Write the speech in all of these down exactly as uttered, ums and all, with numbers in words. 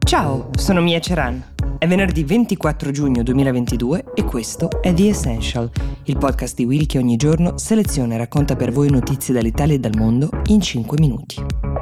Ciao, sono Mia Ceran. È venerdì ventiquattro giugno duemilaventidue e questo è The Essential, il podcast di Will che ogni giorno seleziona e racconta per voi notizie dall'Italia e dal mondo in cinque minuti.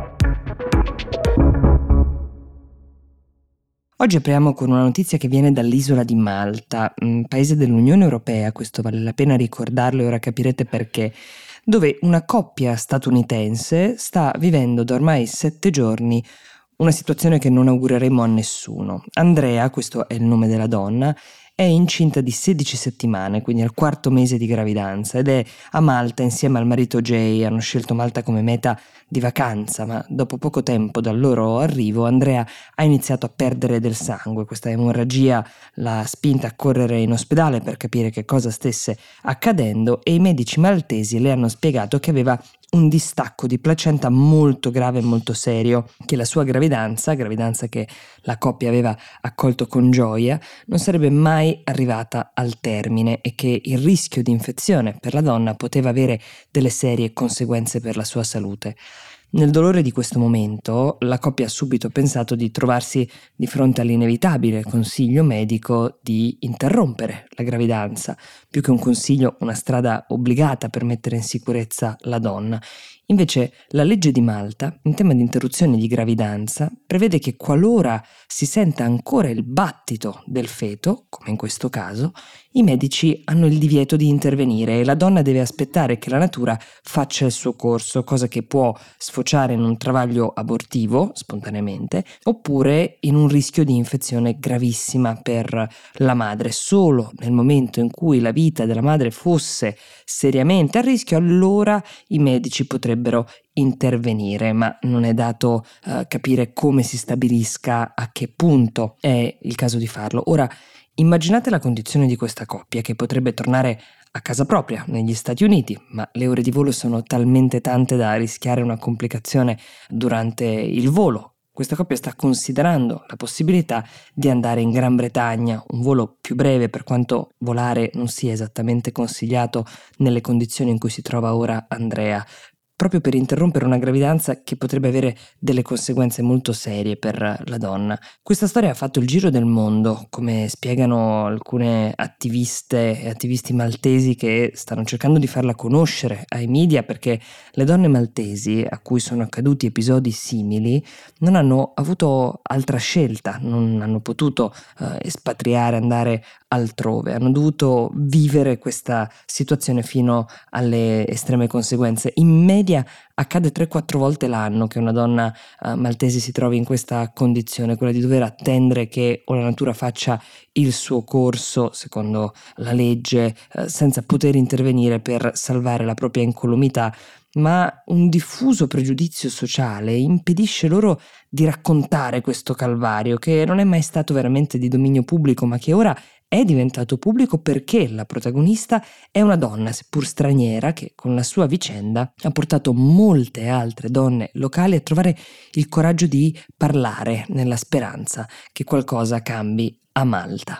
Oggi apriamo con una notizia che viene dall'isola di Malta, un paese dell'Unione Europea, questo vale la pena ricordarlo e ora capirete perché, dove una coppia statunitense sta vivendo da ormai sette giorni una situazione che non augureremo a nessuno. Andrea, questo è il nome della donna, è incinta di sedici settimane, quindi al quarto mese di gravidanza, ed è a Malta insieme al marito Jay. Hanno scelto Malta come meta di vacanza, ma dopo poco tempo dal loro arrivo Andrea ha iniziato a perdere del sangue. Questa emorragia l'ha spinta a correre in ospedale per capire che cosa stesse accadendo e i medici maltesi le hanno spiegato che aveva un distacco di placenta molto grave e molto serio, che la sua gravidanza, gravidanza che la coppia aveva accolto con gioia, non sarebbe mai arrivata al termine e che il rischio di infezione per la donna poteva avere delle serie conseguenze per la sua salute. Nel dolore di questo momento, la coppia ha subito pensato di trovarsi di fronte all'inevitabile consiglio medico di interrompere la gravidanza, più che un consiglio, una strada obbligata per mettere in sicurezza la donna. Invece, la legge di Malta, in tema di interruzione di gravidanza, prevede che qualora si senta ancora il battito del feto, come in questo caso, i medici hanno il divieto di intervenire e la donna deve aspettare che la natura faccia il suo corso, cosa che può sfociare in un travaglio abortivo, spontaneamente, oppure in un rischio di infezione gravissima per la madre. Solo nel momento in cui la vita della madre fosse seriamente a rischio, allora i medici potrebbero intervenire, ma non è dato uh, capire come si stabilisca a che punto è il caso di farlo. Ora, immaginate la condizione di questa coppia che potrebbe tornare a casa propria negli Stati Uniti, ma le ore di volo sono talmente tante da rischiare una complicazione durante il volo. Questa coppia sta considerando la possibilità di andare in Gran Bretagna, un volo più breve per quanto volare non sia esattamente consigliato nelle condizioni in cui si trova ora Andrea, proprio per interrompere una gravidanza che potrebbe avere delle conseguenze molto serie per la donna. Questa storia ha fatto il giro del mondo, come spiegano alcune attiviste e attivisti maltesi che stanno cercando di farla conoscere ai media, perché le donne maltesi a cui sono accaduti episodi simili non hanno avuto altra scelta, non hanno potuto eh, espatriare, andare altrove, hanno dovuto vivere questa situazione fino alle estreme conseguenze. In media accade tre quattro volte l'anno che una donna uh, maltese si trovi in questa condizione, quella di dover attendere che o la natura faccia il suo corso secondo la legge, uh, senza poter intervenire per salvare la propria incolumità. Ma un diffuso pregiudizio sociale impedisce loro di raccontare questo calvario, che non è mai stato veramente di dominio pubblico, ma che ora è diventato pubblico perché la protagonista è una donna, seppur straniera, che con la sua vicenda ha portato molte altre donne locali a trovare il coraggio di parlare, nella speranza che qualcosa cambi a Malta.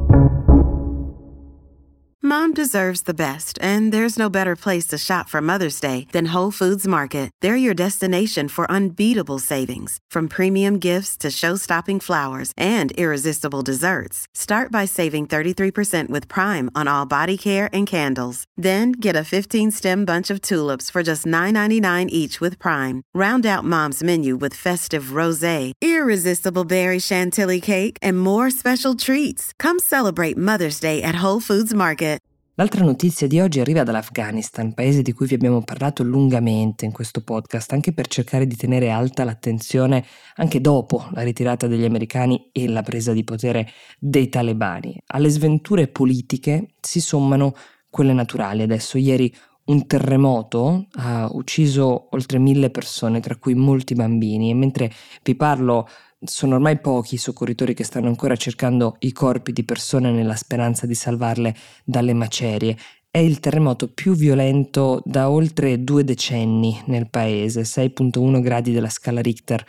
Mom deserves the best, and there's no better place to shop for Mother's Day than Whole Foods Market. They're your destination for unbeatable savings, from premium gifts to show-stopping flowers and irresistible desserts. Start by saving thirty-three percent with Prime on all body care and candles. Then get a fifteen-stem bunch of tulips for just nine ninety-nine each with Prime. Round out Mom's menu with festive rosé, irresistible berry chantilly cake, and more special treats. Come celebrate Mother's Day at Whole Foods Market. L'altra notizia di oggi arriva dall'Afghanistan, paese di cui vi abbiamo parlato lungamente in questo podcast, anche per cercare di tenere alta l'attenzione anche dopo la ritirata degli americani e la presa di potere dei talebani. Alle sventure politiche si sommano quelle naturali. Adesso, ieri, un terremoto ha ucciso oltre mille persone, tra cui molti bambini, e mentre vi parlo sono ormai pochi i soccorritori che stanno ancora cercando i corpi di persone nella speranza di salvarle dalle macerie. È il terremoto più violento da oltre due decenni nel paese, sei virgola uno gradi della scala Richter,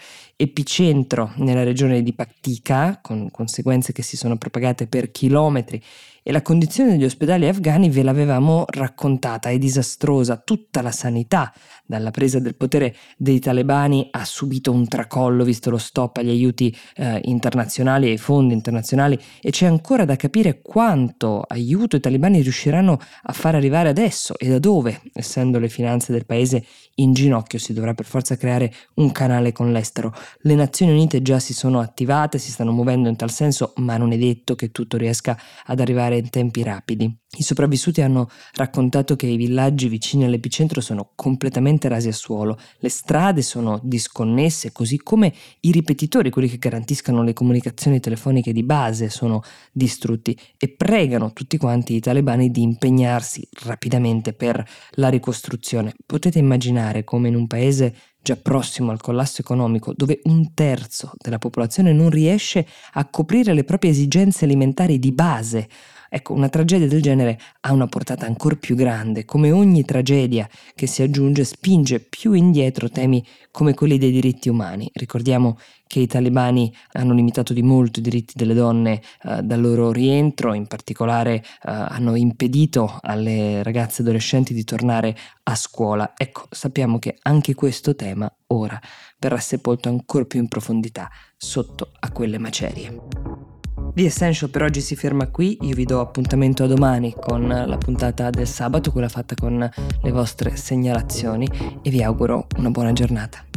epicentro nella regione di Paktika, con conseguenze che si sono propagate per chilometri E la condizione degli ospedali afghani ve l'avevamo raccontata, è disastrosa. Tutta la sanità, dalla presa del potere dei talebani, ha subito un tracollo visto lo stop agli aiuti eh, internazionali e ai fondi internazionali, e c'è ancora da capire quanto aiuto i talebani riusciranno a far arrivare adesso e da dove. Essendo le finanze del paese in ginocchio, si dovrà per forza creare un canale con l'estero. Le Nazioni Unite già si sono attivate, si stanno muovendo in tal senso, ma non è detto che tutto riesca ad arrivare in tempi rapidi. I sopravvissuti hanno raccontato che i villaggi vicini all'epicentro sono completamente rasi a suolo, le strade sono disconnesse, così come i ripetitori, quelli che garantiscano le comunicazioni telefoniche di base, sono distrutti, e pregano tutti quanti i talebani di impegnarsi rapidamente per la ricostruzione. Potete immaginare come in un paese già prossimo al collasso economico, dove un terzo della popolazione non riesce a coprire le proprie esigenze alimentari di base. Ecco, una tragedia del genere ha una portata ancora più grande. Come ogni tragedia che si aggiunge, spinge più indietro temi come quelli dei diritti umani. Ricordiamo che i talebani hanno limitato di molto i diritti delle donne eh, dal loro rientro, in particolare eh, hanno impedito alle ragazze adolescenti di tornare a scuola. Ecco, sappiamo che anche questo tema ora verrà sepolto ancora più in profondità sotto a quelle macerie. The Essential per oggi si ferma qui, io vi do appuntamento a domani con la puntata del sabato, quella fatta con le vostre segnalazioni, e vi auguro una buona giornata.